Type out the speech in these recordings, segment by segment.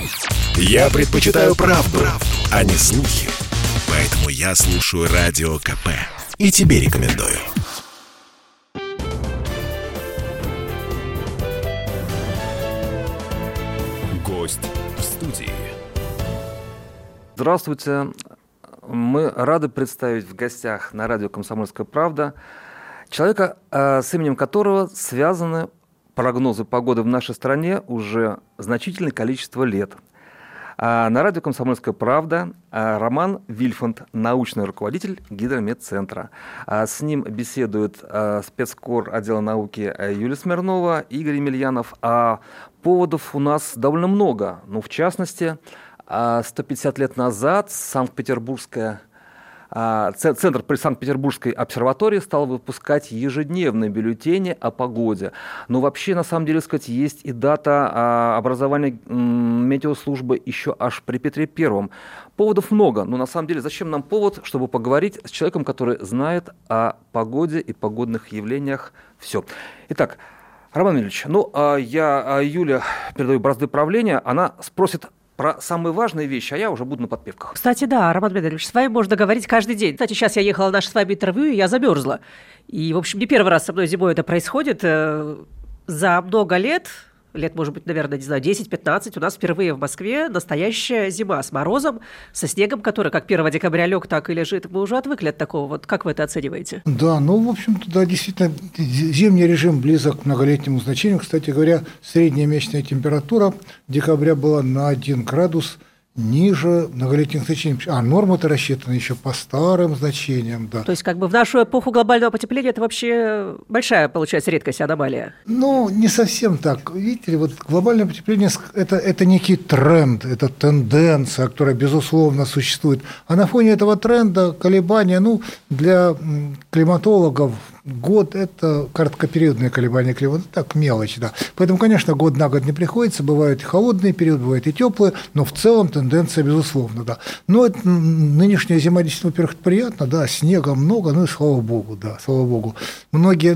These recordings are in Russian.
Я предпочитаю правду, а не слухи. Поэтому я слушаю Радио КП. И тебе рекомендую. Гость в студии. Здравствуйте. Мы рады представить в гостях на радио «Комсомольская правда» человека, с именем которого связаны прогнозы погоды в нашей стране уже значительное количество лет. На радио «Комсомольская правда» Роман Вильфанд, научный руководитель Гидрометцентра. С ним беседует спецкор отдела науки Юлия Смирнова, Игорь Емельянов. Поводов у нас довольно много. В частности, 150 лет назад Центр при Санкт-Петербургской обсерватории стал выпускать ежедневные бюллетени о погоде. Но вообще, на самом деле, есть и дата образования метеослужбы еще аж при Петре Первом. Поводов много, но на самом деле зачем нам повод, чтобы поговорить с человеком, который знает о погоде и погодных явлениях все. Итак, Роман Ильич, я Юле передаю бразды правления, она спросит про самые важные вещи, а я уже буду на подпевках. Кстати, да, Роман Дмитриевич, с вами можно говорить каждый день. Кстати, сейчас я ехала на наше с вами интервью, и я замерзла. И, в общем, не первый раз со мной зимой это происходит. За много лет, может быть, наверное, 10-15, у нас впервые в Москве настоящая зима с морозом, со снегом, который как 1 декабря лег, так и лежит. Мы уже отвыкли от такого. Вот как вы это оцениваете? Да, в общем-то, да, действительно, зимний режим близок к многолетнему значению. Кстати говоря, средняя месячная температура декабря была на 1 градус ниже многолетних значений. Норма-то рассчитана еще по старым значениям, да. То есть, в нашу эпоху глобального потепления это вообще большая, получается, редкость, аномалия? Не совсем так. Видите ли, глобальное потепление – это некий тренд, это тенденция, которая, безусловно, существует. А на фоне этого тренда колебания, для климатологов, год – это короткопериодные колебания климата, так, мелочь, да. Поэтому, конечно, год на год не приходится, бывают и холодные периоды, бывают и теплые, но в целом тенденция, безусловно, да. Но нынешняя зима, действительно, во-первых, приятно, да, снега много, и слава богу, да, слава богу. Многие,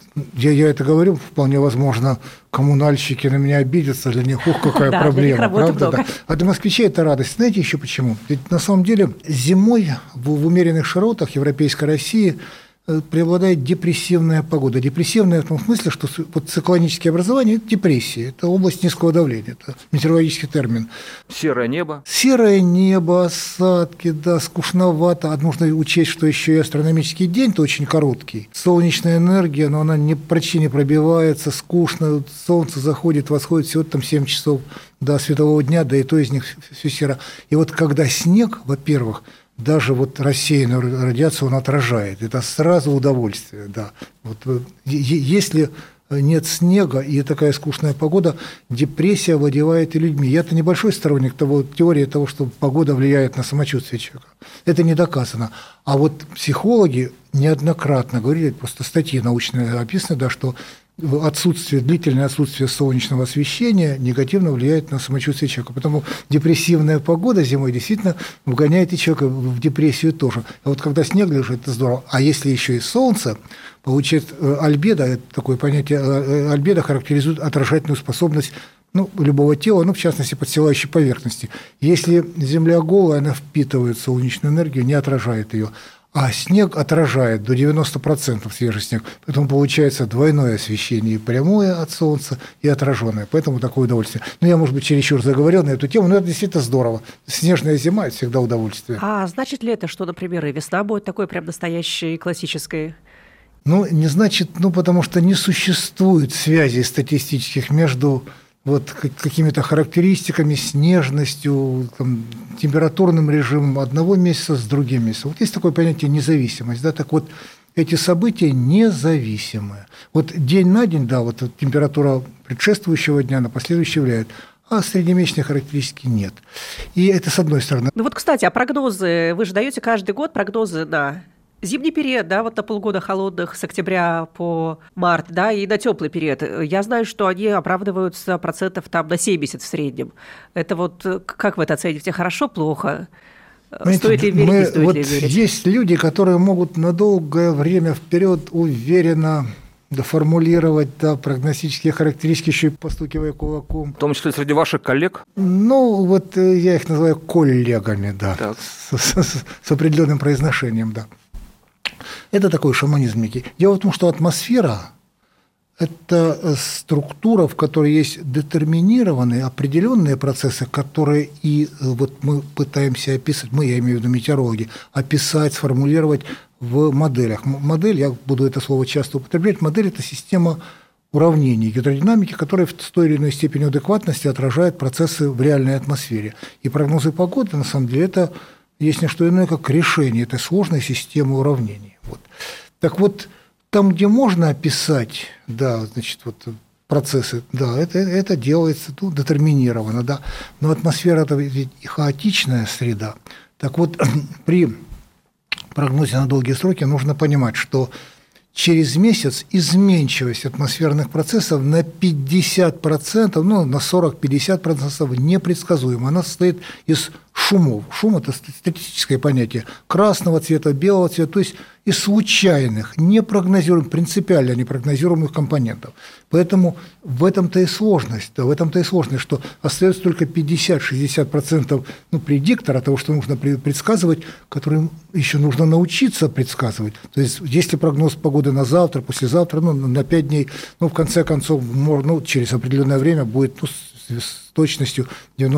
я это говорю, вполне возможно, коммунальщики на меня обидятся, для них, какая проблема, правда, да. А для москвичей это радость. Знаете еще почему? Ведь на самом деле зимой в умеренных широтах Европейской России преобладает депрессивная погода. Депрессивная в том смысле, что циклонические образования – это депрессия, это область низкого давления, это метеорологический термин. Серое небо. Серое небо, осадки, да, скучновато. Нужно учесть, что еще и астрономический день-то очень короткий. Солнечная энергия, но она почти не пробивается, скучно. Солнце заходит, восходит всего 7 часов до светового дня, да и то из них все серо. И когда снег, во-первых, даже рассеянную радиацию он отражает. Это сразу удовольствие, да. Если нет снега и такая скучная погода, депрессия овладевает и людьми. Я-то небольшой сторонник теории того, что погода влияет на самочувствие человека. Это не доказано. А психологи неоднократно говорили, просто статьи научные описаны, да, что длительное отсутствие солнечного освещения негативно влияет на самочувствие человека. Поэтому депрессивная погода зимой действительно вгоняет и человека в депрессию тоже. А когда снег лежит, это здорово. А если еще и солнце, получается альбедо, это такое понятие, альбедо характеризует отражательную способность любого тела, в частности, подстилающей поверхности. Если земля голая, она впитывает солнечную энергию, не отражает ее. А снег отражает до 90% свежий снег. Поэтому получается двойное освещение, и прямое от солнца, и отраженное. Поэтому такое удовольствие. Я, может быть, чересчур заговорил на эту тему, но это действительно здорово. Снежная зима – это всегда удовольствие. А значит ли это, что, например, и весна будет такой прям настоящей, классической? Не значит, потому что не существует связей статистических между какими-то характеристиками, снежностью, температурным режимом одного месяца с другим месяцем. Есть такое понятие независимость. Да? Так эти события независимы. День на день, да, температура предшествующего дня на последующий влияет, а среднемесячной характеристики нет. И это с одной стороны. Кстати, а прогнозы, вы же даете каждый год прогнозы на зимний период, да, на полгода холодных, с октября по март, да, и на теплый период. Я знаю, что они оправдываются процентов на 70 в среднем. Это как вы это оцените? Хорошо, плохо? Стоит ли верить, не стоит ли верить? Есть люди, которые могут на долгое время вперед уверенно формулировать, да, прогностические характеристики, еще и постукивая кулаком. В том числе среди ваших коллег? Ну, вот я их называю коллегами, да, с определенным произношением, да. Это такой шаманизм некий. Дело в том, что атмосфера – это структура, в которой есть детерминированные, определенные процессы, которые и вот мы пытаемся описать, я имею в виду метеорологи, описать, сформулировать в моделях. Модель, я буду это слово часто употреблять, модель – это система уравнений гидродинамики, которая с той или иной степенью адекватности отражает процессы в реальной атмосфере. И прогнозы погоды, на самом деле, это есть не что иное, как решение этой сложной системы уравнений. Вот. Так вот, там, где можно описать, да, значит, вот процессы, да, это делается детерминированно, да, но атмосфера – это ведь хаотичная среда. Так вот, при прогнозе на долгие сроки нужно понимать, что через месяц изменчивость атмосферных процессов на 50%, на 40-50% непредсказуема. Она состоит из шумов. Шум – это статистическое понятие красного цвета, белого цвета, то есть из случайных, непрогнозируемых, принципиально непрогнозируемых компонентов. Поэтому в этом-то и сложность, что остается только 50-60% предиктора того, что нужно предсказывать, которым еще нужно научиться предсказывать. То есть если прогноз погоды на завтра, послезавтра, на 5 дней, в конце концов, через определенное время будет с точностью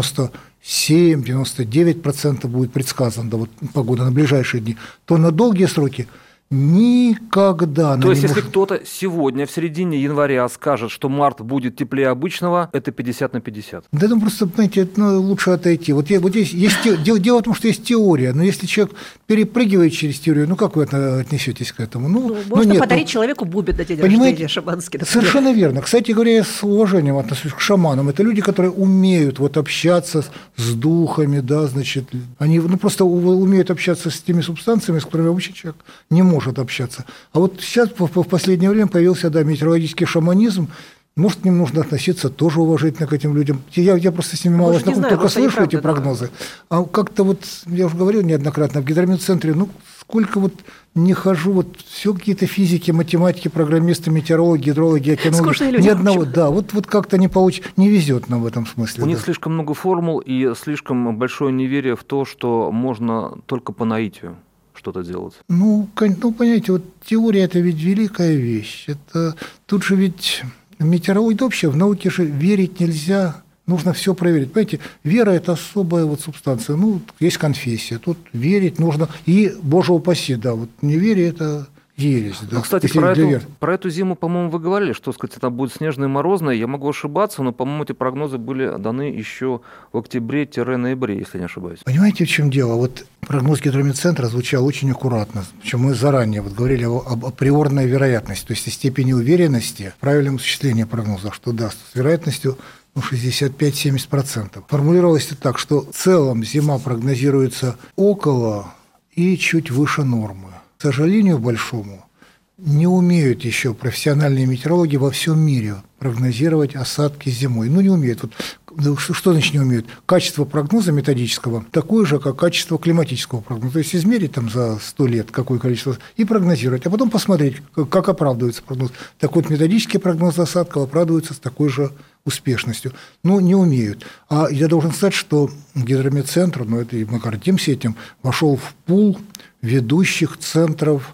97-99% будет предсказано, да, вот, погода на ближайшие дни, то на долгие сроки никогда. То есть, если кто-то сегодня, в середине января, скажет, что март будет теплее обычного, это 50/50. Да, просто, понимаете, лучше отойти. Дело в том, что есть теория, но если человек перепрыгивает через теорию, как вы отнесетесь к этому? Можно подарить человеку бубен на день рождения шаманский. Совершенно верно. Кстати говоря, я с уважением отношусь к шаманам. Это люди, которые умеют общаться с духами, да, значит, они просто умеют общаться с теми субстанциями, с которыми обычный человек не может общаться. А вот сейчас в последнее время появился, да, метеорологический шаманизм. Может, к ним нужно относиться тоже уважительно к этим людям. Я просто с ними мало знаком, только слышу эти прогнозы. Да. А как-то я уже говорил неоднократно, в гидрометцентре, сколько не хожу, все какие-то физики, математики, программисты, метеорологи, гидрологи, океанологи. Скучные люди. Ни одного, да, как-то не везет нам в этом смысле. У них слишком много формул и слишком большое неверие в то, что можно только по наитию что-то делать. Понимаете, теория – это ведь великая вещь. Тут же ведь метеорология вообще, в науке же верить нельзя, нужно все проверить. Понимаете, вера – это особая субстанция. Есть конфессия, тут верить нужно. И, боже упаси, да, неверие – это ересь. Да. Кстати, про эту зиму, по-моему, вы говорили, что, она будет снежная и морозная. Я могу ошибаться, но, по-моему, эти прогнозы были даны еще в октябре-ноябре, если не ошибаюсь. Понимаете, в чем дело? Прогноз гидрометцентра звучал очень аккуратно. Причем мы заранее говорили об априорной вероятности, то есть степени уверенности в правильном осуществлении прогноза, что даст с вероятностью 65-70%. Формулировалось это так, что в целом зима прогнозируется около и чуть выше нормы. К сожалению большому, не умеют еще профессиональные метеорологи во всем мире прогнозировать осадки зимой. Не умеют. Что значит не умеют? Качество прогноза методического такое же, как качество климатического прогноза. То есть измерить за 100 лет какое количество и прогнозировать, а потом посмотреть, как оправдывается прогноз. Так вот, методический прогноз осадков оправдывается с такой же успешностью. Не умеют. А я должен сказать, что гидрометцентр, мы гордимся этим, вошел в пул ведущих центров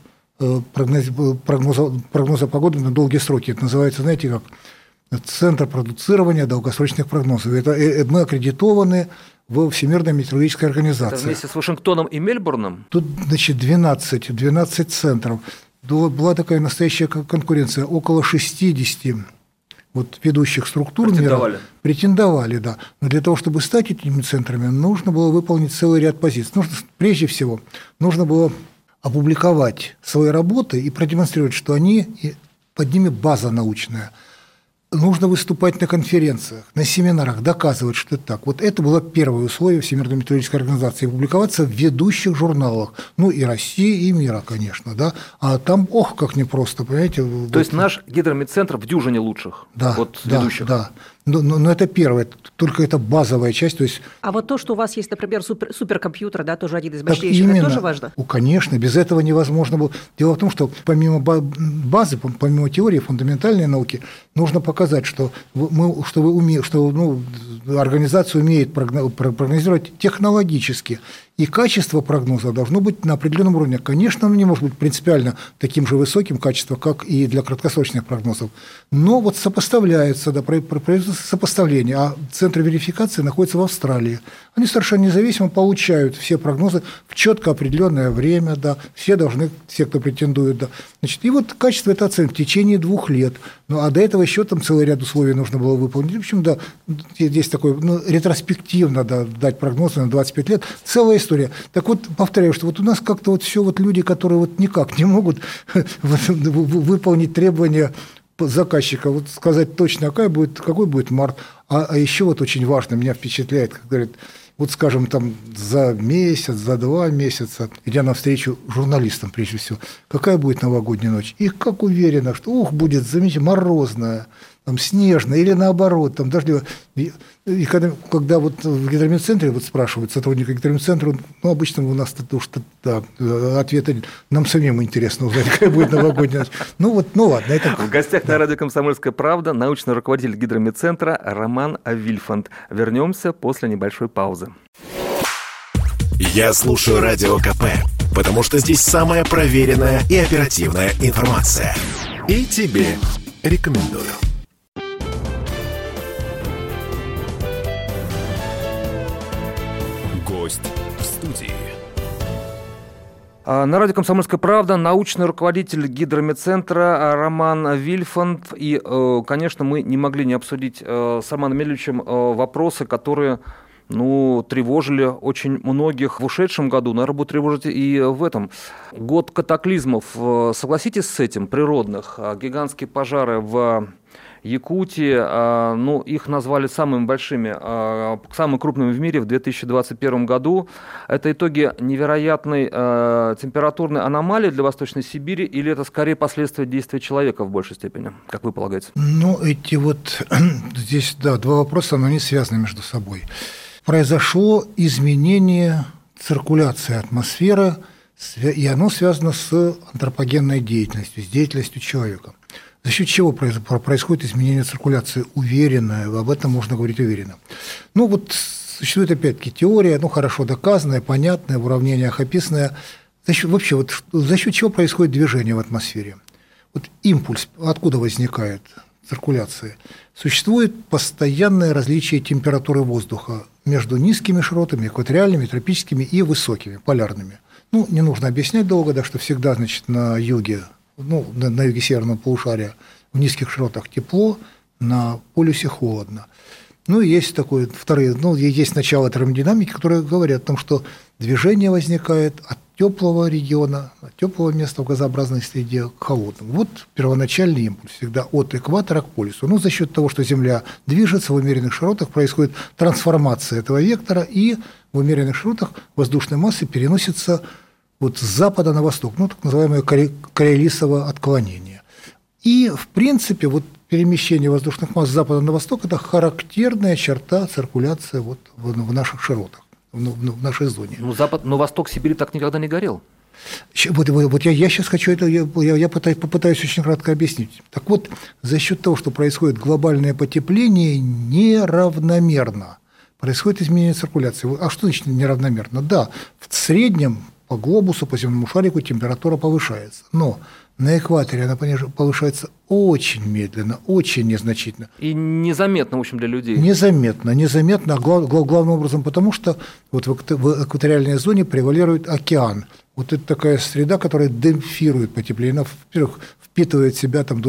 прогноза погоды на долгие сроки. Это называется, знаете, как Центр продуцирования долгосрочных прогнозов. Мы аккредитованы в Всемирной метеорологической организации. Это вместе с Вашингтоном и Мельбурном? Тут, 12 центров. Была такая настоящая конкуренция. Около 60 ведущих структур мира претендовали, да. Но для того, чтобы стать этими центрами, нужно было выполнить целый ряд позиций. Прежде всего, нужно было опубликовать свои работы и продемонстрировать, что под ними база научная. Нужно выступать на конференциях, на семинарах, доказывать, что это так. Это было первое условие Всемирной метеорологической организации – публиковаться в ведущих журналах. И России, и мира, конечно, да. А там, как непросто, понимаете. То есть наш гидрометцентр в дюжине лучших ведущих. Да. Но это первое, только это базовая часть. То есть... А вот то, что у вас есть, например, суперкомпьютер, да, тоже один из мощнейших, это тоже важно? Конечно, без этого невозможно было. Дело в том, что помимо базы, помимо теории, фундаментальной науки, нужно показать, что организация умеет прогнозировать технологически. И качество прогноза должно быть на определенном уровне. Конечно, оно не может быть принципиально таким же высоким качеством, как и для краткосрочных прогнозов. Но вот сопоставляются, да, производится сопоставление. А центры верификации находятся в Австралии. Они совершенно независимо получают все прогнозы в четко определенное время. Да. Все должны, все, кто претендует. Да. Значит, и вот качество это оценки в течение 2 лет. Ну, а до этого еще там целый ряд условий нужно было выполнить. В общем, да, здесь такой ретроспективно дать прогноз на 25 лет. Целая история. Так вот, повторяю, что вот у нас как-то вот все вот люди, которые вот никак не могут выполнить требования заказчика, вот сказать точно, какой будет март. А еще вот очень важно, меня впечатляет, как говорят, вот, скажем, там за месяц, за 2 месяца, идя навстречу журналистам, прежде всего, какая будет новогодняя ночь. И как уверенно, что, будет замечательно, морозная, там, снежная или наоборот, там, дождливая. И когда вот в гидрометцентре вот спрашивают сотрудника гидрометцентра, обычно у нас ответа нам самим интересно узнать, какая будет новогодняя ночь. Ладно. Это... В гостях на радио «Комсомольская правда» научный руководитель гидрометцентра Роман Вильфанд. Вернемся после небольшой паузы. Я слушаю Радио КП, потому что здесь самая проверенная и оперативная информация. И тебе рекомендую. Гость в студии. На радио «Комсомольская правда» научный руководитель гидрометцентра Роман Вильфанд. И, конечно, мы не могли не обсудить с Романом Мельевичем вопросы, которые тревожили очень многих в ушедшем году, наверное, будут тревожить и в этом. Год катаклизмов, согласитесь с этим, природных, гигантские пожары в Якутии, их назвали самыми большими, самыми крупными в мире в 2021 году. Это итоги невероятной температурной аномалии для Восточной Сибири, или это скорее последствия действия человека в большей степени, как вы полагаете? Здесь, 2 вопроса, но они связаны между собой. Произошло изменение циркуляции атмосферы, и оно связано с антропогенной деятельностью, с деятельностью человека. За счет чего происходит изменение циркуляции? Уверенно, об этом можно говорить уверенно. Существует опять-таки теория, хорошо доказанная, понятная, в уравнениях описанная. За счет чего происходит движение в атмосфере? Импульс откуда возникает циркуляция? Существует постоянное различие температуры воздуха между низкими широтами, экваториальными, тропическими и высокими, полярными. Не нужно объяснять долго, что всегда, на юге, на юге северного полушария в низких широтах тепло, на полюсе холодно. Есть такое, есть начало термодинамики, которые говорят о том, что движение возникает от теплого региона, от теплого места в газообразной среде к холодному. Первоначальный импульс всегда от экватора к полюсу. За счет того, что Земля движется в умеренных широтах, происходит трансформация этого вектора, и в умеренных широтах воздушной массы переносится с запада на восток, так называемое кориолисово отклонение. И, в принципе, перемещение воздушных масс с запада на восток – это характерная черта циркуляции в наших широтах, в нашей зоне. Но восток Сибири так никогда не горел. Я сейчас хочу это, я попытаюсь очень кратко объяснить. Так вот, за счет того, что происходит глобальное потепление, неравномерно происходит изменение циркуляции. А что значит неравномерно? Да, в среднем по глобусу, по земному шарику температура повышается, но на экваторе она повышается очень медленно, очень незначительно. И незаметно, в общем, для людей. Незаметно, главным образом потому, что в экваториальной зоне превалирует океан. Это такая среда, которая демпфирует потепление. Она, во-первых, впитывает в себя до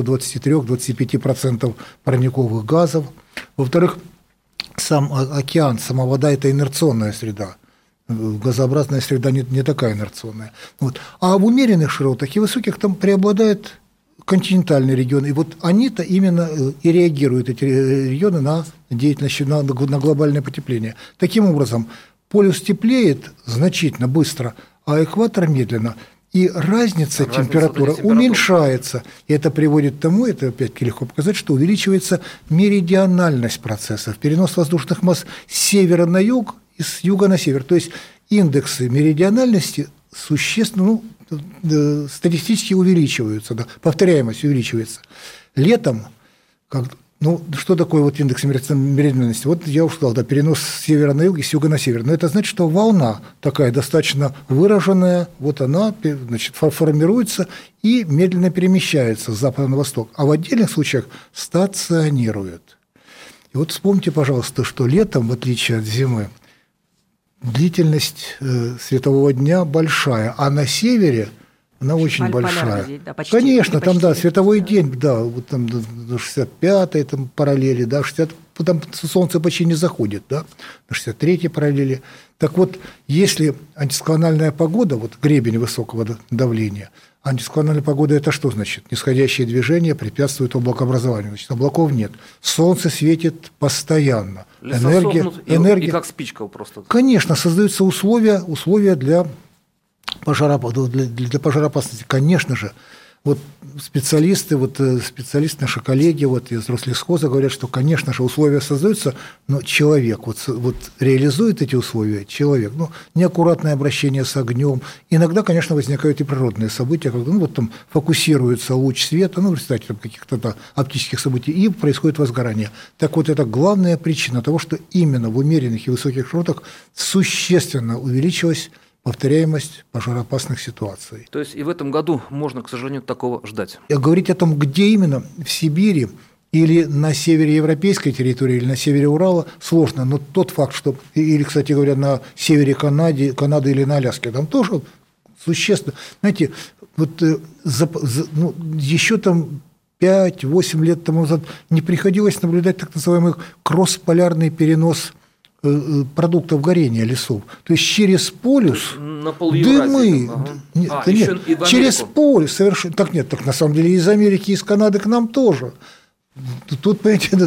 23-25% парниковых газов. Во-вторых, сам океан, сама вода – это инерционная среда. Газообразная среда не такая инерционная. А в умеренных широтах и высоких там преобладает континентальный регион. И они-то именно и реагируют, эти регионы, на деятельность, на глобальное потепление. Таким образом, полюс теплеет значительно быстро, а экватор медленно. И разница температуры уменьшается. И это приводит к тому, это опять-таки легко показать, что увеличивается меридиональность процессов, перенос воздушных масс с севера на юг и с юга на север. То есть индексы меридиональности существенно, статистически увеличиваются, да, повторяемость увеличивается. Летом, что такое вот индекс меридиональности? Вот я уже сказал, да, перенос с севера на юг и с юга на север. Но это значит, что волна такая достаточно выраженная, вот она, значит, формируется и медленно перемещается с запада на восток, а в отдельных случаях стационирует. И вот вспомните, пожалуйста, что летом, в отличие от зимы, длительность светового дня большая, а на севере она очень большая. День, да, почти, конечно, там, да, световой день, да, вот там до 65-й там, параллели, да, 60, там солнце почти не заходит, да, на 63-й параллели. Так вот, если антициклональная погода, вот гребень высокого давления, антициклональная погода – это что значит? Нисходящие движения препятствуют облакообразованию, значит, облаков нет. Солнце светит постоянно. Энергия, и как спичка просто. Конечно, создаются условия для пожароопасности, конечно же. Вот специалисты, наши коллеги из Рослесхоза говорят, что, конечно же, условия создаются, но человек вот реализует эти условия, человек, неаккуратное обращение с огнем. Иногда, конечно, возникают и природные события, когда там фокусируется луч света, в результате каких-то оптических событий, и происходит возгорание. Так вот, это главная причина того, что именно в умеренных и высоких широтах существенно увеличилась повторяемость пожароопасных ситуаций. То есть и в этом году можно, к сожалению, такого ждать. Говорить о том, где именно, в Сибири или на севере европейской территории, или на севере Урала, сложно. Но тот факт, что, или, кстати говоря, на севере Канады или на Аляске, там тоже существенно. Знаете, еще там 5-8 лет тому назад не приходилось наблюдать так называемый кросс-полярный перенос продуктов горения лесов. То есть через полюс дымы, через полюс совершенно. Так на самом деле из Америки, из Канады к нам тоже. Тут, понимаете,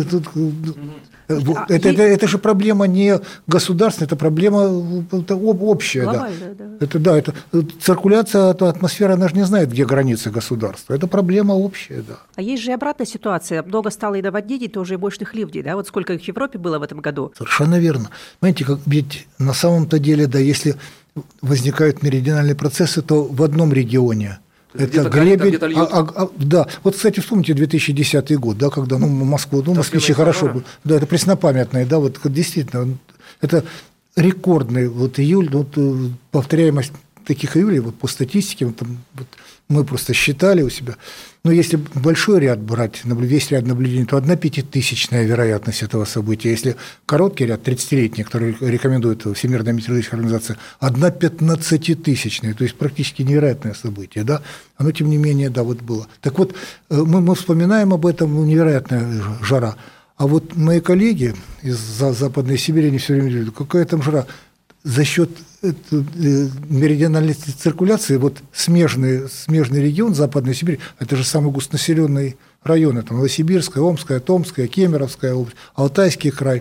это же проблема не государственная, это проблема общая. Глобальная, да. Это циркуляция атмосферы, она же не знает, где границы государства. Это проблема общая, да. А есть же и обратная ситуация. Много стало и наводнений, тоже и мощных ливней. Да? Вот сколько их в Европе было в этом году. Совершенно верно. Понимаете, ведь на самом-то деле, да, если возникают меридиональные процессы, то в одном регионе это гребень, да. Вот, кстати, вспомните 2010 год, да, когда Москву, москвичи хорошо были. Да, это преснопамятное, да, вот действительно, это рекордный июль, повторяемость таких июлей по статистике, мы просто считали у себя. Но если большой ряд брать, весь ряд наблюдений, то 1/5000 вероятность этого события. Если короткий ряд, 30-летний, который рекомендует Всемирная метеорологическая организация, 1/15 000, то есть практически невероятное событие. Да? Оно, тем не менее, да, было. Так вот, мы вспоминаем об этом, невероятная жара. А вот мои коллеги из Западной Сибири, они все время говорят, какая там жара. За счет меридиональной циркуляции смежный регион Западной Сибири, это же самый густонаселенный район, это Новосибирская, Омская, Томская, Кемеровская область, Алтайский край.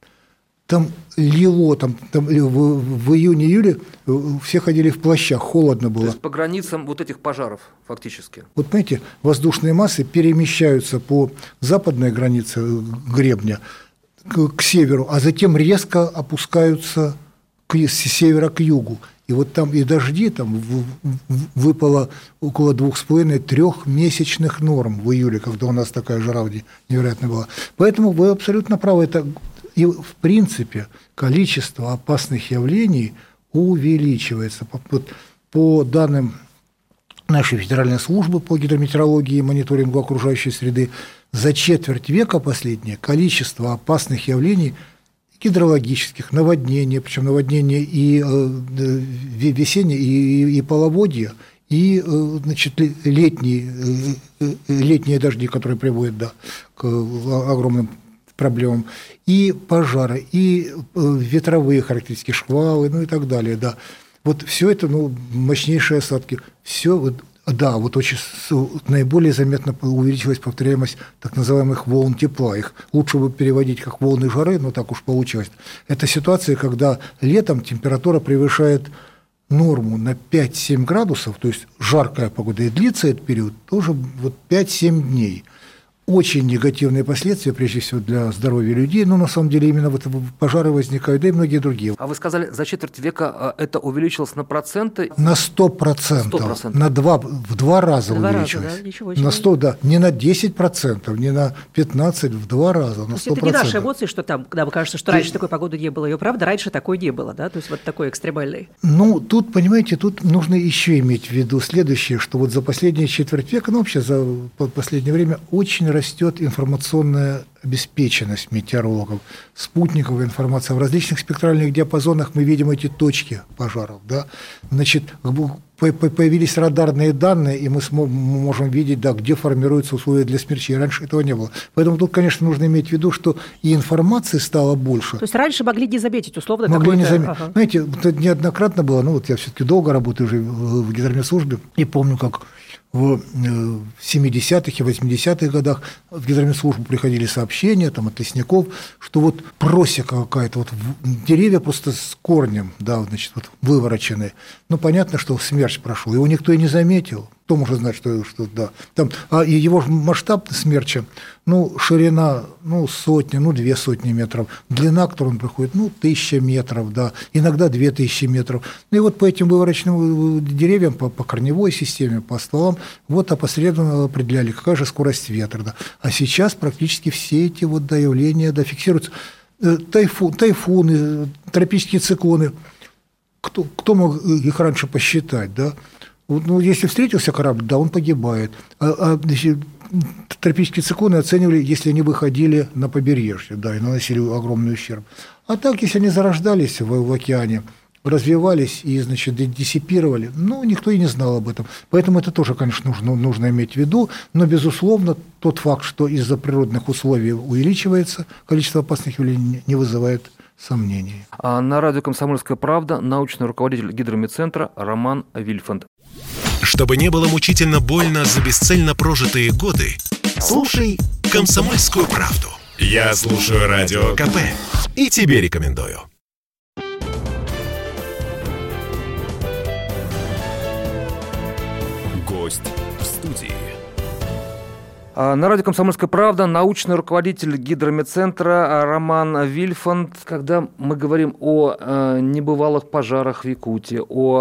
Там лило, там в июне-июле все ходили в плащах, холодно было. То есть по границам этих пожаров фактически. Вот понимаете, воздушные массы перемещаются по западной границе гребня к северу, а затем резко опускаются с севера к югу. И там и дожди, там выпало около 2,5-3 месячных норм в июле, когда у нас такая жара невероятная была. Поэтому вы абсолютно правы. И в принципе количество опасных явлений увеличивается. По данным нашей федеральной службы по гидрометеорологии и мониторингу окружающей среды, за четверть века последнее количество опасных явлений гидрологических, наводнений, причем наводнения и весенние, и половодья, и летние дожди, которые приводят к огромным проблемам, и пожары, и ветровые характеристики, шквалы, и так далее. Да. Все это мощнейшие осадки. Все да, очень наиболее заметно увеличилась повторяемость так называемых волн тепла. Их лучше бы переводить как волны жары, но так уж получилось. Это ситуация, когда летом температура превышает норму на 5-7 градусов, то есть жаркая погода, и длится этот период тоже вот 5-7 дней. Очень негативные последствия, прежде всего, для здоровья людей, но на самом деле именно вот пожары возникают, да и многие другие. А вы сказали, за четверть века это увеличилось на проценты? На 100%, 100%. В два раза увеличилось. Да? Ничего себе. На 100, да, не на 10%, не на 15%, в 2 раза, на 100%. То есть это не наши эмоции, что там, когда мы кажется, что раньше такой погоды не было, ее правда, раньше такой не было, да, то есть вот такой экстремальный. Ну, тут, понимаете, тут нужно еще иметь в виду следующее, что вот за последние четверть века, ну, вообще за последнее время очень растет информационная обеспеченность метеорологов, спутниковая информация. В различных спектральных диапазонах мы видим эти точки пожаров. Да? Значит, появились радарные данные, и мы можем видеть, да, где формируются условия для смерчей. Раньше этого не было. Поэтому тут, конечно, нужно иметь в виду, что и информации стало больше. То есть раньше могли не заметить, условно, могли не заметить. Ага. Знаете, это неоднократно было, ну вот я все-таки долго работаю уже в гидрометслужбе, и помню, как в 70-х и 80-х годах в гидрометслужбу приходили сообщения там, от лесников, что вот просека какая-то, вот деревья просто с корнем, да, значит, вот вывороченные. Ну, понятно, что смерч прошел, его никто и не заметил. Кто может знать, что да. Там, и его масштаб смерча, ну, ширина, ну, 100, ну, 200 метров, длина, которую он проходит, ну, 1000 метров, да, иногда 2000 метров. Ну, и вот по этим вывороченным деревьям, по корневой системе, по стволам, вот опосредованно определяли, какая же скорость ветра. Да. А сейчас практически все эти вот, да, явления, да, фиксируются. Тайфуны, тропические циклоны. Кто мог их раньше посчитать, да? Ну, если встретился корабль, да, он погибает. Тропические циклоны оценивали, если они выходили на побережье, да, и наносили огромный ущерб. А так, если они зарождались в океане, развивались и, значит, диссипировали, ну, никто и не знал об этом. Поэтому это тоже, конечно, нужно иметь в виду, но, безусловно, тот факт, что из-за природных условий увеличивается количество опасных явлений, не вызывает сомнений. На радио «Комсомольская правда» научный руководитель гидромедцентра Роман Вильфанд. Чтобы не было мучительно больно за бесцельно прожитые годы, слушай «Комсомольскую правду». Я слушаю Радио КП и тебе рекомендую. Гость в студии. На радио «Комсомольская правда» научный руководитель гидромедцентра Роман Вильфанд. Когда мы говорим о небывалых пожарах в Якутии,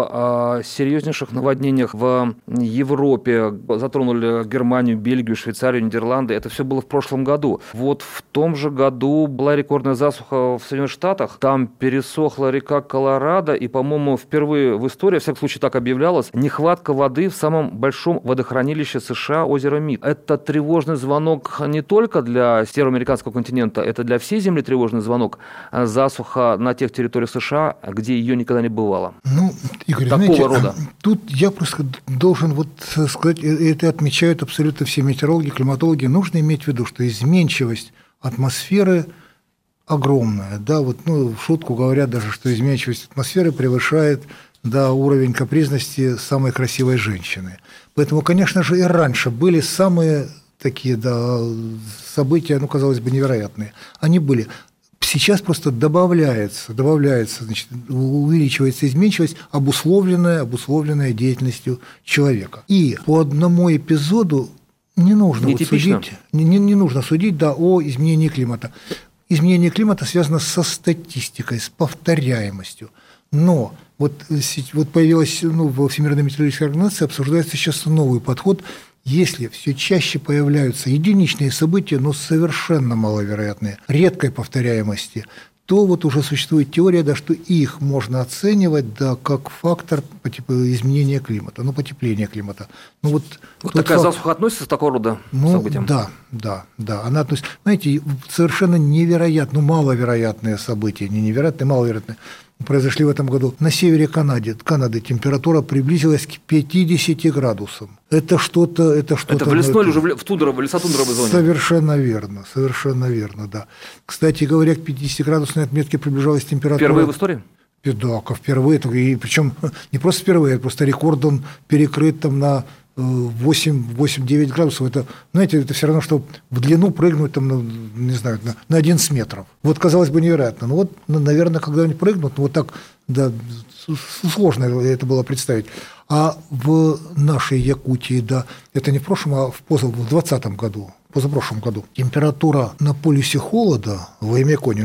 о серьезнейших наводнениях в Европе, затронули Германию, Бельгию, Швейцарию, Нидерланды, это все было в прошлом году. Вот в том же году была рекордная засуха в Соединенных Штатах, там пересохла река Колорадо, и, по-моему, впервые в истории, в всяком случае так объявлялось, нехватка воды в самом большом водохранилище США, озеро Мид. Это тревожный звонок не только для североамериканского континента, это для всей Земли тревожный звонок. Засуха на тех территориях США, где ее никогда не бывало. Ну, Игорь, такого знаете, рода. Тут я просто должен вот сказать, это отмечают абсолютно все метеорологи, климатологи, нужно иметь в виду, что изменчивость атмосферы огромная. Да, вот, ну, в шутку говорят даже, что изменчивость атмосферы превышает, да, уровень капризности самой красивой женщины. Поэтому, конечно же, и раньше были самые такие, да, события, ну, казалось бы, невероятные. Они были. Сейчас просто добавляется, значит, увеличивается изменчивость, обусловленная деятельностью человека. И по одному эпизоду не нужно судить, не нужно судить, да, о изменении климата. Изменение климата связано со статистикой, с повторяемостью. Но вот появилась, ну, во Всемирной метеорологической организации обсуждается сейчас новый подход. Если все чаще появляются единичные события, но совершенно маловероятные, редкой повторяемости, то вот уже существует теория, да, что их можно оценивать, да, как фактор изменения климата, ну, потепления климата. Ну, вот такая засуха относится к такого рода событиям? Да, она относится. Знаете, совершенно невероятно, маловероятные события, не невероятные, маловероятные, произошли в этом году. На севере Канады температура приблизилась к 50 градусам. Это что-то... Это в лесной или уже в лесотундровой зоне? Совершенно верно, да. Кстати говоря, к 50-градусной отметке приближалась температура... Впервые в истории? Да, впервые. И причем не просто впервые, а просто рекорд он перекрыт там на 8-9 градусов, это, знаете, это все равно, что в длину прыгнуть там, не знаю, на 11 метров. Вот, казалось бы, невероятно. Ну вот, наверное, когда они прыгнут, вот так, да, сложно это было представить. А в нашей Якутии, да, это не в прошлом, а в 2020 году, позапрошлом году, температура на полюсе холода в Аймяконе,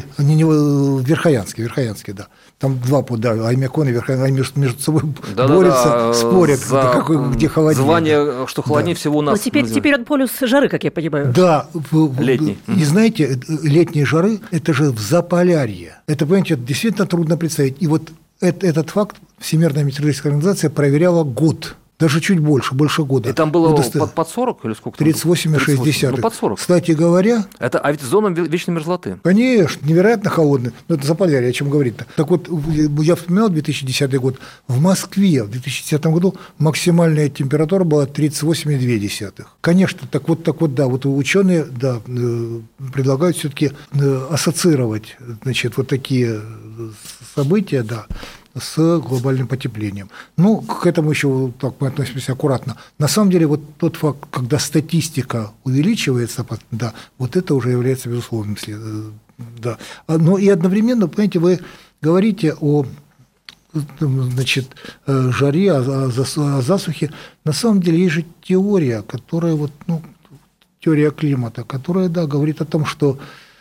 в Верхоянске, да. Там два пути, Аймякон и Верхоянск, они между собой борются, спорят, где холоднее. Звание, что холоднее всего у нас. Но теперь он полюс жары, как я понимаю. Да. Летний. И знаете, летние жары, это же в Заполярье. Это, понимаете, это действительно трудно представить. И вот этот факт Всемирная метеорологическая организация проверяла год. Даже чуть больше года. И там было под 40 или сколько? 38,6. Ну, под 40. Кстати говоря... А ведь зона вечной мерзлоты. Конечно, невероятно холодная. Но это Заполярье, о чем говорить-то. Так вот, я вспоминал 2010 год. В Москве в 2010 году максимальная температура была 38,2. Конечно, так вот, да, вот ученые, да, предлагают все-таки ассоциировать, значит, вот такие события, да, с глобальным потеплением. Ну, к этому еще так мы относимся аккуратно. На самом деле, вот тот факт, когда статистика увеличивается, да, вот это уже является безусловным следом. Да. Но и одновременно, понимаете, вы говорите о, значит, жаре, о засухе. На самом деле есть же теория, которая вот, ну, теория климата, которая, да, говорит о том, что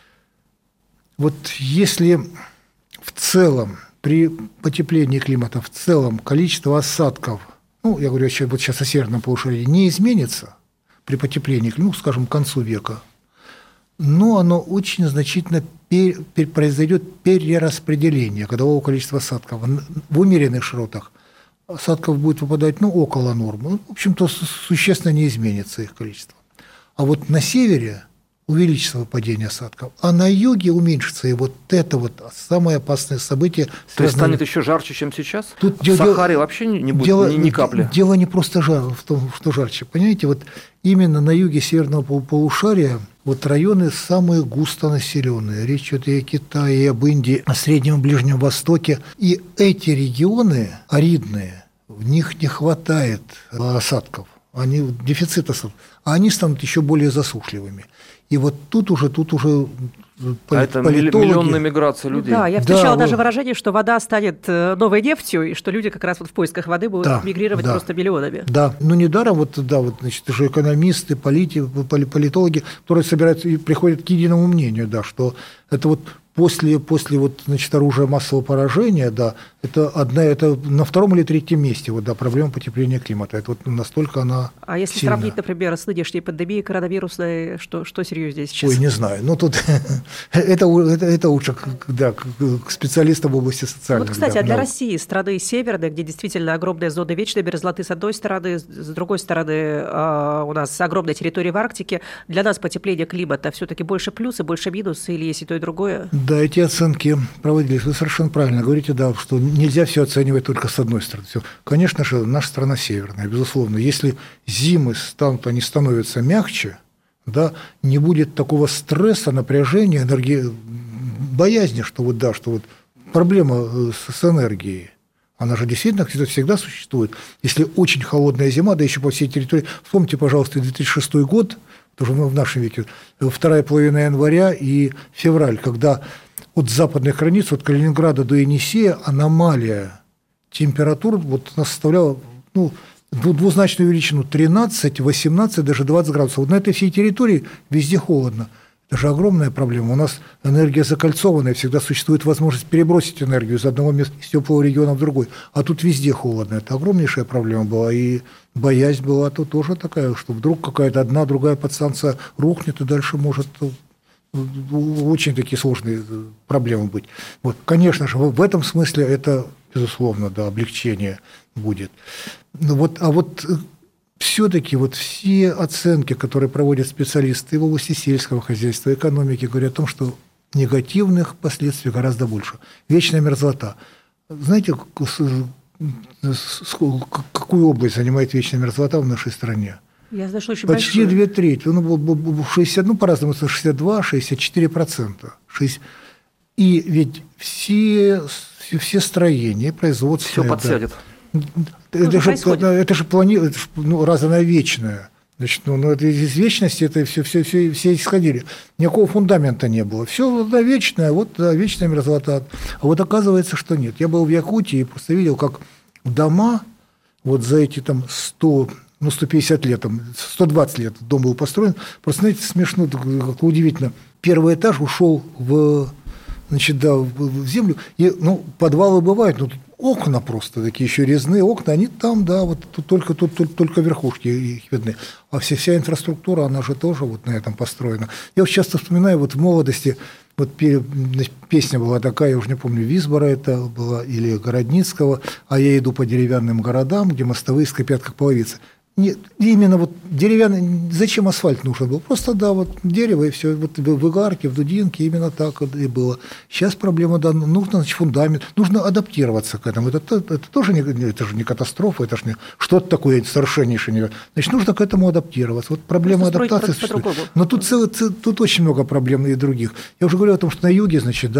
вот если в целом при потеплении климата в целом количество осадков, ну, я говорю вот сейчас о северном полушарии, не изменится при потеплении, ну, скажем, к концу века, но оно очень значительно произойдет перераспределение годового количества осадков. В умеренных широтах осадков будет выпадать, ну, около нормы. В общем-то, существенно не изменится их количество. А вот на севере увеличится выпадение осадков, а на юге уменьшится. И вот это вот самое опасное событие. То есть станет еще жарче, чем сейчас? Тут в Сахаре вообще не будет ни капли? Дело не просто в том, что жарче. Понимаете, вот именно на юге северного полушария вот районы самые густонаселенные. Речь идет и о Китае, и об Индии, о Среднем и Ближнем Востоке. И эти регионы аридные, в них не хватает осадков. Дефицит осадков. А они станут еще более засушливыми. И вот тут уже это миллионная миграция людей. Да, я встречала даже выражение, что вода станет новой нефтью, и что люди как раз вот в поисках воды будут мигрировать просто миллионами. Да, ну недаром значит, уже экономисты, политологи, которые собираются и приходят к единому мнению, да, что это вот после вот, значит, оружия массового поражения, да, это на втором или третьем месте вот, да, проблема потепления климата. Это вот настолько она А если сильна. сравнить, например, с нынешней пандемией коронавирусной, что серьезнее сейчас? Ой, не знаю. Ну, тут это лучше к специалистам в области социальных. Вот, кстати, а для России, страны северной, где действительно огромная зона вечной мерзлоты с одной стороны, с другой стороны у нас огромная территория в Арктике, для нас потепление климата все-таки больше плюс и больше минус, или есть и то, и другое? Да, эти оценки проводились. Вы совершенно правильно говорите, да, что нельзя все оценивать только с одной стороны. Конечно же, наша страна северная, безусловно. Если зимы они становятся мягче, да, не будет такого стресса, напряжения, боязни, что вот проблема с энергией. Она же действительно всегда существует. Если очень холодная зима, да еще по всей территории. Вспомните, пожалуйста, 2006 год, тоже в нашем веке, вторая половина января и февраль, когда от западных границ, от Калининграда до Енисея, аномалия температур вот составляла двузначную величину 13, 18, даже 20 градусов. Вот на этой всей территории везде холодно. Это же огромная проблема. У нас энергия закольцованная, всегда существует возможность перебросить энергию из одного места, из теплого региона в другой. А тут везде холодно. Это огромнейшая проблема была. И боязнь была тут тоже такая, что вдруг какая-то одна, другая подстанция рухнет, и дальше может очень такие сложные проблемы быть. Вот, конечно же, в этом смысле это, безусловно, да, облегчение будет. А вот все-таки вот все оценки, которые проводят специалисты в области сельского хозяйства, экономики, говорят о том, что негативных последствий гораздо больше. Вечная мерзлота. Знаете, какую область занимает вечная мерзлота в нашей стране? Я знаю, что очень почти большое. 2/3. 60, по-разному, 62-64%. И ведь все строения, производственные... Все подсядет. Это же разное вечное. Значит, это из вечности это все исходили. Никакого фундамента не было. Все вечное, вечная мерзлота. А вот оказывается, что нет. Я был в Якутии и просто видел, как дома за эти 150 лет, 120 лет дом был построен. Просто, знаете, смешно, как удивительно. Первый этаж ушел в землю. И, подвалы бывают, но тут окна просто такие еще резные окна, они там, тут только верхушки их видны. А вся инфраструктура, она же тоже на этом построена. Я часто вспоминаю, в молодости, песня была такая, я уже не помню, Висбора это была или Городницкого, а я иду по деревянным городам, где мостовые скрипят, как половицы. Нет, именно деревянный, зачем асфальт нужен был? Просто, дерево и все, в Игарке, в Дудинке именно так и было. Сейчас проблема, нужно, фундамент, нужно адаптироваться к этому. Это тоже не катастрофа, это же не что-то такое совершеннейшее. Значит, нужно к этому адаптироваться. Проблема адаптации существует. Но тут очень много проблем и других. Я уже говорил о том, что на юге,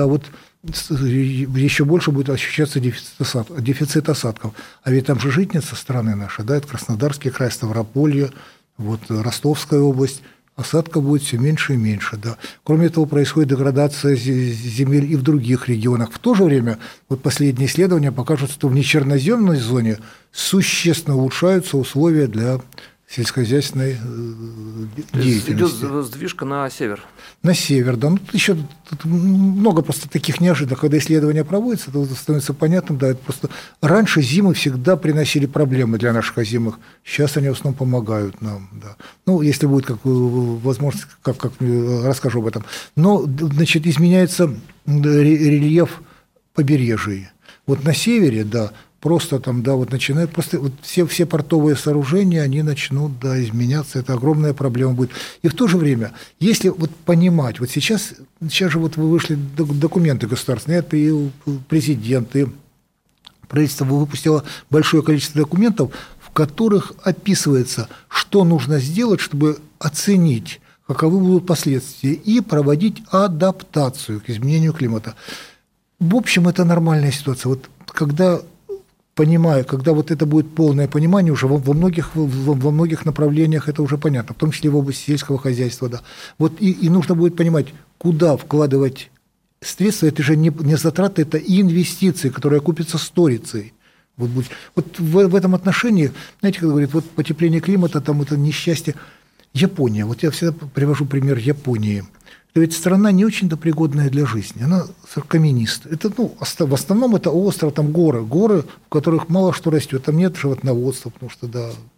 еще больше будет ощущаться дефицит осадков. А ведь там же житница страны нашей, это Краснодарский край, Ставрополье, Ростовская область. Осадков будет все меньше и меньше. Кроме того, происходит деградация земель и в других регионах. В то же время последние исследования покажут, что в нечерноземной зоне существенно улучшаются условия для сельскохозяйственной деятельности. Идет сдвижка на север. На север, да. Еще тут много просто таких неожиданных, когда исследования проводятся, то становится понятным, это просто раньше зимы всегда приносили проблемы для наших озимых, сейчас они в основном помогают нам, если будет возможность, как расскажу об этом. Но, изменяется рельеф побережья. На севере, просто начинают, все портовые сооружения, они начнут, изменяться, это огромная проблема будет. И в то же время, если понимать, сейчас же вышли документы государственные, это и президент, и правительство выпустило большое количество документов, в которых описывается, что нужно сделать, чтобы оценить, каковы будут последствия, и проводить адаптацию к изменению климата. В общем, это нормальная ситуация. Когда это будет полное понимание, уже во многих направлениях это уже понятно, в том числе в области сельского хозяйства. И нужно будет понимать, куда вкладывать средства, это же не затраты, это и инвестиции, которые окупятся сторицей. В этом отношении, знаете, как говорят, потепление климата, это несчастье. Япония, я всегда привожу пример Японии. Это ведь страна не очень-то пригодная для жизни, она каменистая. Это, в основном это остров, там горы, в которых мало что растет, там нет животноводства, потому что,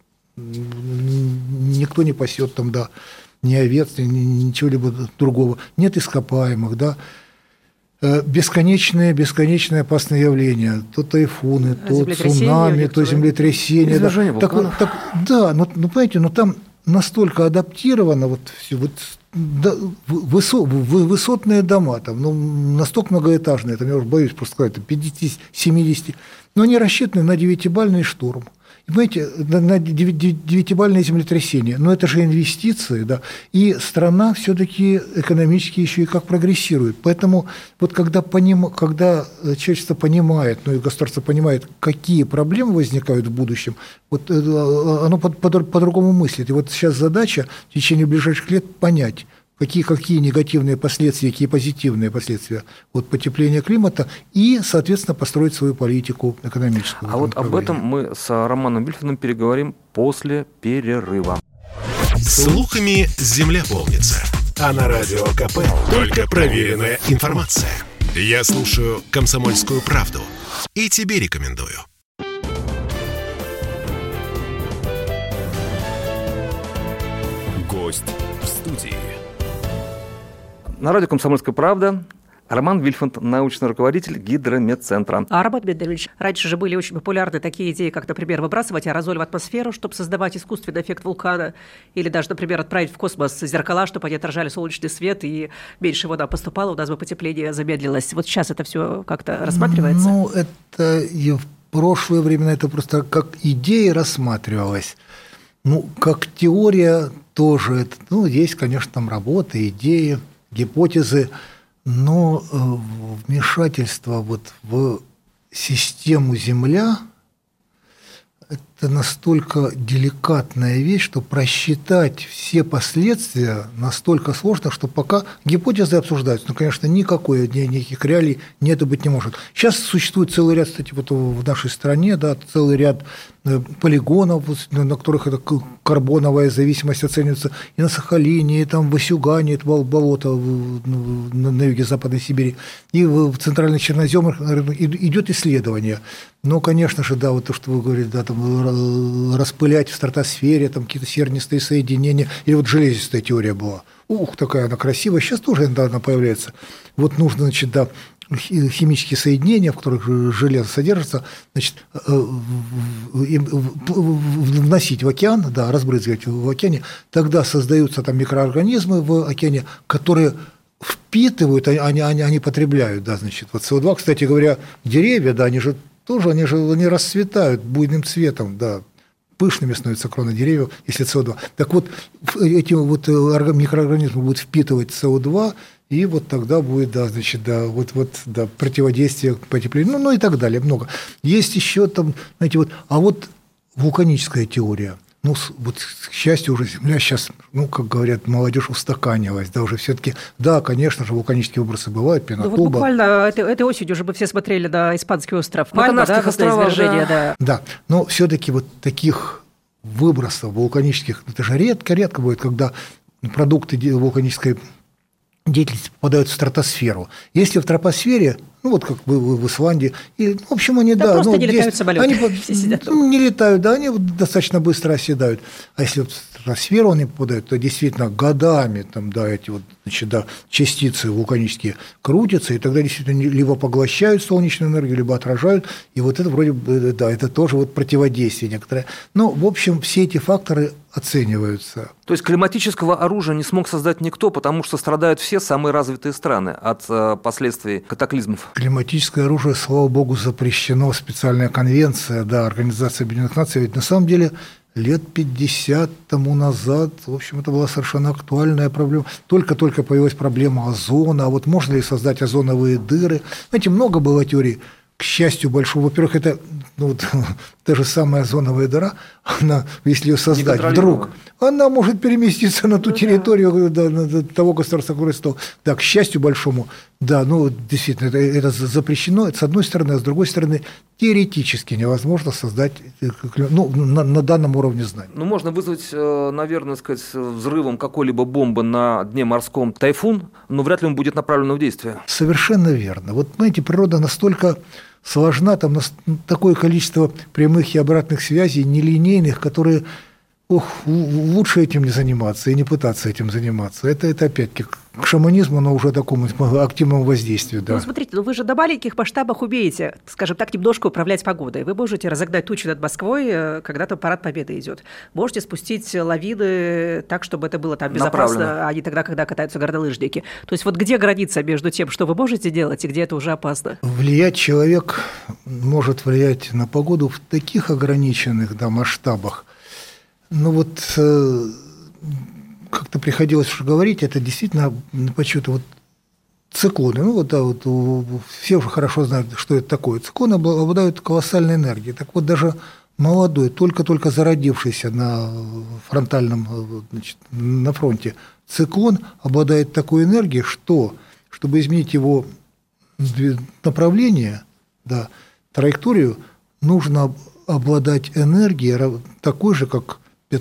никто не пасет там, ни овец, ничего-либо другого, нет ископаемых, бесконечные опасные явления, то тайфуны, то цунами, то землетрясения. Понимаете, там настолько адаптировано все, высотные дома, настолько многоэтажные, я уже боюсь просто сказать, 50-70, но они рассчитаны на 9-бальный шторм. Понимаете, на 9-бальное землетрясение, но это же инвестиции, и страна все-таки экономически еще и как прогрессирует. Поэтому когда человечество понимает, и государство понимает, какие проблемы возникают в будущем, оно по-другому мыслит. И сейчас задача в течение ближайших лет понять, какие негативные последствия, какие позитивные последствия потепления климата и, соответственно, построить свою политику экономическую. А об этом мы с Романом Вильфантом переговорим после перерыва. Слухами земля полнится. А на Радио КП только проверенная информация. Я слушаю «Комсомольскую правду» и тебе рекомендую. Гость в студии. На радио «Комсомольская правда» Роман Вильфант, научный руководитель Гидрометцентра. А, Роман Дмитриевич, раньше же были очень популярны такие идеи, как, например, выбрасывать аэрозоль в атмосферу, чтобы создавать искусственный эффект вулкана, или даже, например, отправить в космос зеркала, чтобы они отражали солнечный свет, и меньше вода поступала, у нас бы потепление замедлилось. Сейчас это все как-то рассматривается? Это и в прошлые времена это просто как идея рассматривалась. Как теория тоже. Есть, конечно, там работы, идеи, гипотезы, но вмешательство в систему Земля это настолько деликатная вещь, что просчитать все последствия настолько сложно, что пока гипотезы обсуждаются. Но, конечно, никаких реалий нету быть не может. Сейчас существует целый ряд, кстати, вот в нашей стране, да, целый ряд полигонов, на которых эта карбоновая зависимость оценивается и на Сахалине, и там в Васюгане, это болото на юге Западной Сибири, и в Центральных Черноземах идет исследование. Но, конечно же, да, вот то, что вы говорите, да, там распылять в стратосфере там какие-то сернистые соединения, или вот железистая теория была. Такая она красивая, сейчас тоже да, она появляется. Вот нужно, значит, да, химические соединения, в которых железо содержится, значит, вносить в океан, да, разбрызгивать в океане, тогда создаются там микроорганизмы в океане, которые впитывают, они потребляют, да, значит, вот СО2, кстати говоря, деревья, да, они расцветают буйным цветом, да, пышными становятся кроны деревьев, если СО2. Так вот, эти вот микроорганизмы будут впитывать СО2, и вот тогда будет, да, значит, да, да, противодействие потеплению, ну и так далее, много. Есть еще там, знаете, вот, а вот вулканическая теория. Ну, вот, к счастью, уже Земля сейчас, ну, как говорят, молодежь устаканилась, да, уже все-таки, да, конечно же, вулканические выбросы бывают, пенотуба. Ну, вот буквально этой осенью уже бы все смотрели на испанский остров Пальма, да, извержение, да. Да, но все-таки вот таких выбросов вулканических, это же редко бывает, когда продукты вулканической деятельности попадают в стратосферу. Если в тропосфере, ну вот как в Исландии, и, в общем, они, да, просто ну, не летают самолеты, они все сидят. Не летают, да, они достаточно быстро оседают. А если в стратосферу они попадают, то действительно годами там, да, эти вот, значит, да, частицы вулканические крутятся, и тогда действительно либо поглощают солнечную энергию, либо отражают, и вот это вроде бы, да, это тоже вот противодействие некоторое. Но, в общем, все эти факторы оцениваются. То есть климатического оружия не смог создать никто, потому что страдают все самые развитые страны от последствий катаклизмов. Климатическое оружие, слава богу, запрещено, специальная конвенция, да, Организации Объединенных Наций, ведь на самом деле лет 50 тому назад, в общем, это была совершенно актуальная проблема. Только-только появилась проблема озона, а вот можно ли создать озоновые дыры? Знаете, много было теорий. К счастью большого, во-первых, это та же самая озоновая дыра, она, если ее создать вдруг, она может переместиться на ту территорию да, того государства, которое стало. Да, к счастью большому, да, ну, действительно, это запрещено, это с одной стороны, а с другой стороны, теоретически невозможно создать, ну, на данном уровне знаний. Ну, можно вызвать, наверное, сказать, взрывом какой-либо бомбы на дне морском тайфун, но вряд ли он будет направлен в действие. Совершенно верно. Вот, знаете, природа настолько сложна, там такое количество прямых и обратных связей, нелинейных, которые, лучше этим не заниматься и не пытаться этим заниматься. Это опять-таки к шаманизму, но уже такому активному воздействию. Да. Ну, смотрите, вы же на маленьких масштабах умеете, скажем так, немножко управлять погодой. Вы можете разогнать тучи над Москвой, когда там парад Победы идет. Можете спустить лавины так, чтобы это было там безопасно, а не тогда, когда катаются горнолыжники. То есть вот где граница между тем, что вы можете делать, и где это уже опасно? Влиять человек может влиять на погоду в таких ограниченных масштабах. Ну вот как-то приходилось уже говорить, это действительно почему-то вот циклоны. Ну вот, да, вот все уже хорошо знают, что это такое. Циклоны обладают колоссальной энергией. Так вот даже молодой, только-только зародившийся на фронтальном, значит, на фронте циклон обладает такой энергией, что, чтобы изменить его направление, да, траекторию, нужно обладать энергией такой же, как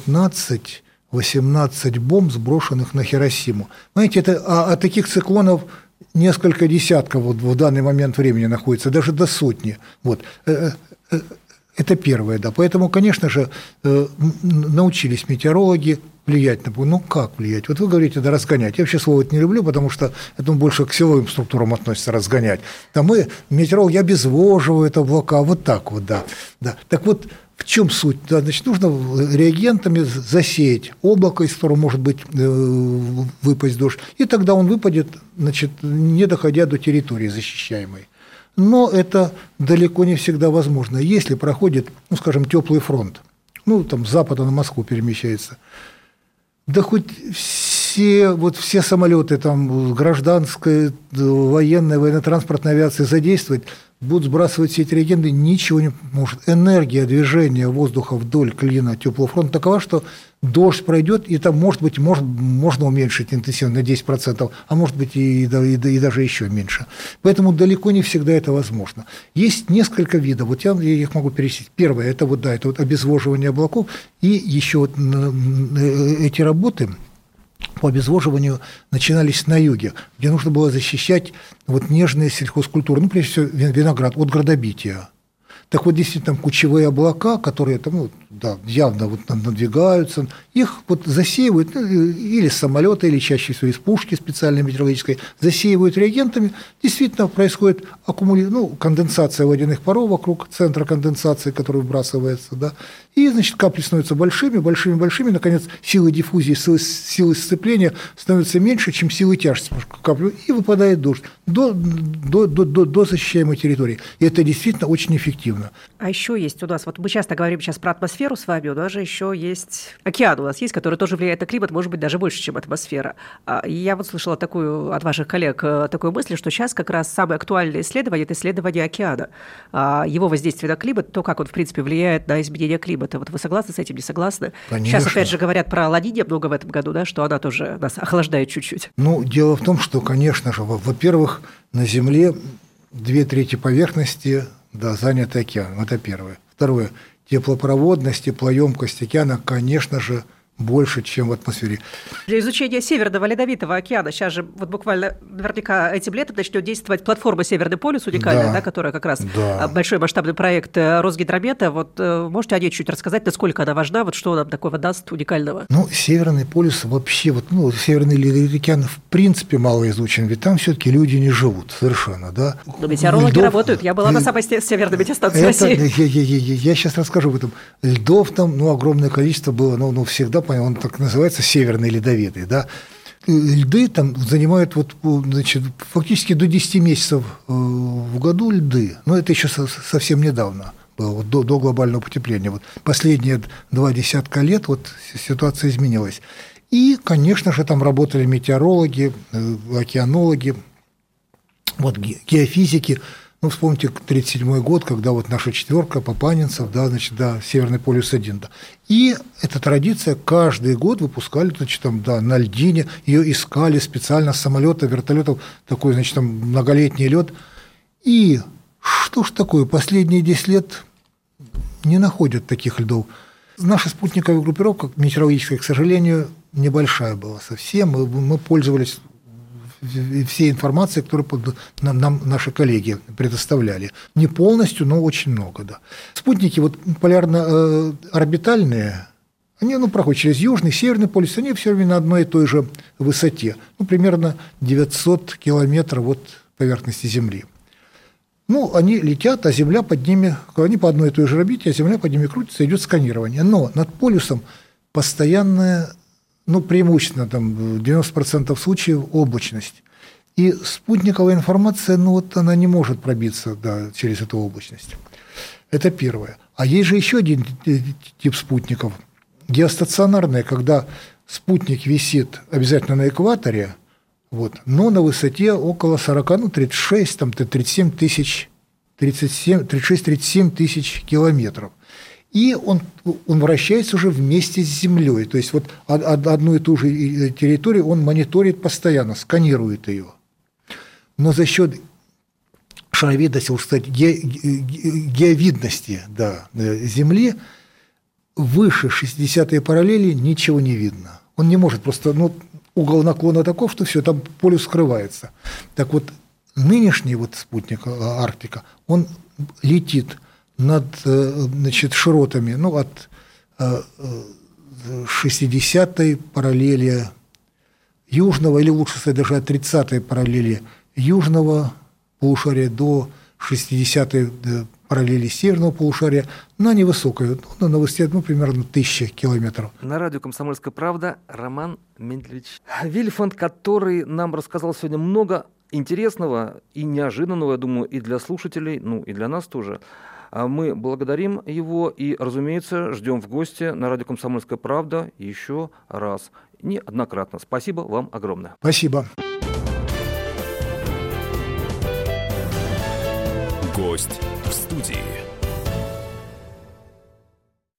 15-18 бомб, сброшенных на Хиросиму. Знаете, а таких циклонов несколько десятков вот в данный момент времени находится, даже до сотни. Вот. Это первое, да. Поэтому, конечно же, научились метеорологи влиять на погоду. Ну, как влиять? Вот вы говорите, да, разгонять. Я вообще слово это не люблю, потому что это больше к силовым структурам относится, разгонять. Там метеорологи обезвоживают облака, вот так вот, да. Так вот, в чем суть? Да, значит, нужно реагентами засеять облако, из которого может быть выпасть дождь, и тогда он выпадет, значит, не доходя до территории защищаемой. Но это далеко не всегда возможно. Если проходит, ну, скажем, теплый фронт, ну, там с запада на Москву перемещается, да хоть все самолеты там, гражданской, военной, военно-транспортной авиации задействовать, будут сбрасывать все эти реагенты, ничего не может. Энергия движения воздуха вдоль клина теплого фронта такова, что дождь пройдет, и там, может быть, можно уменьшить интенсивность на 10%, а может быть, и даже еще меньше. Поэтому далеко не всегда это возможно. Есть несколько видов, вот я их могу перечислить. Первое, это это обезвоживание облаков, и еще эти работы по обезвоживанию начинались на юге, где нужно было защищать нежные сельхозкультуры, прежде всего виноград, от градобития. Так вот, действительно, там кучевые облака, которые там, явно надвигаются, их засеивают или с самолета, или чаще всего из пушки специальной метеорологической, засеивают реагентами. Действительно, происходит конденсация водяных паров вокруг центра конденсации, который выбрасывается, да, и, капли становятся большими, наконец, силы диффузии, силы сцепления становятся меньше, чем силы тяжести капли, и выпадает дождь до защищаемой территории. И это действительно очень эффективно. А еще есть у нас, мы часто говорим сейчас про атмосферу с вами, у нас же еще есть океан у нас есть, который тоже влияет на климат, может быть, даже больше, чем атмосфера. И я слышала от ваших коллег такую мысль, что сейчас как раз самое актуальное исследование – это исследование океана. Его воздействие на климат, то, как он, в принципе, влияет на изменение климата. Вы согласны с этим, не согласны? Конечно. Сейчас, опять же, говорят про Ла-Нинья много в этом году, да, что она тоже нас охлаждает чуть-чуть. Дело в том, что, конечно же, во-первых, на Земле 2/3 поверхности заняты океаном. Это первое. Второе. Теплопроводность, теплоемкость океана, конечно же, больше, чем в атмосфере. Для изучения Северного Ледовитого океана сейчас же буквально наверняка этим летом начнет действовать платформа «Северный полюс» уникальная, которая как раз большой масштабный проект Росгидромета. Можете о ней чуть рассказать, насколько она важна, что нам такого даст уникального? Северный полюс вообще, Северный Ледовитый океан в принципе мало изучен, ведь там все-таки люди не живут совершенно, да. Но метеорологи работают. Я была на самой северной метеостанции России. Я сейчас расскажу об этом. Льдов там, огромное количество было, всегда он так называется Северный Ледовитый, да. Льды там занимают фактически до 10 месяцев в году льды, но это еще совсем недавно было, до глобального потепления. Последние 2 десятка лет ситуация изменилась. И, конечно же, там работали метеорологи, океанологи, геофизики. Вспомните 1937 год, когда наша четверка, Папанинцев, Северный полюс-1. Да. И эта традиция каждый год выпускали на льдине, ее искали специально с самолета, вертолетов, такой, многолетний лед. И что ж такое, последние 10 лет не находят таких льдов. Наша спутниковая группировка метеорологическая, к сожалению, небольшая была совсем. Мы пользовались всей информации, которую нам наши коллеги предоставляли. Не полностью, но очень много, да. Спутники полярно-орбитальные, они проходят через Южный, Северный полюс, они все время на одной и той же высоте, примерно 900 километров от поверхности Земли. Они летят, а Земля под ними, они по одной и той же орбите, а Земля под ними крутится, идет сканирование. Но над полюсом постоянное преимущественно, 90% случаев облачность. И спутниковая информация, она не может пробиться через эту облачность. Это первое. А есть же еще один тип спутников. Геостационарные, когда спутник висит обязательно на экваторе, но на высоте около 36-37 тысяч километров. И он вращается уже вместе с Землей. То есть одну и ту же территорию он мониторит постоянно, сканирует ее. Но за счет шаровидности, геовидности Земли выше 60-й параллели ничего не видно. Он не может просто, угол наклона таков, что все, там полюс скрывается. Так нынешний спутник Арктика, он летит над широтами, от 60-й параллели южного, или лучше сказать, даже от 30-й параллели южного полушария до 60-й параллели северного полушария, на невысокой, на высоте примерно 1000 километров. На радио «Комсомольская правда» Роман Менделевич Вильфанд, который нам рассказал сегодня много интересного и неожиданного, я думаю, и для слушателей, и для нас тоже. Мы благодарим его и, разумеется, ждем в гости на радио «Комсомольская правда» еще раз. Неоднократно. Спасибо вам огромное. Спасибо. Гость Гость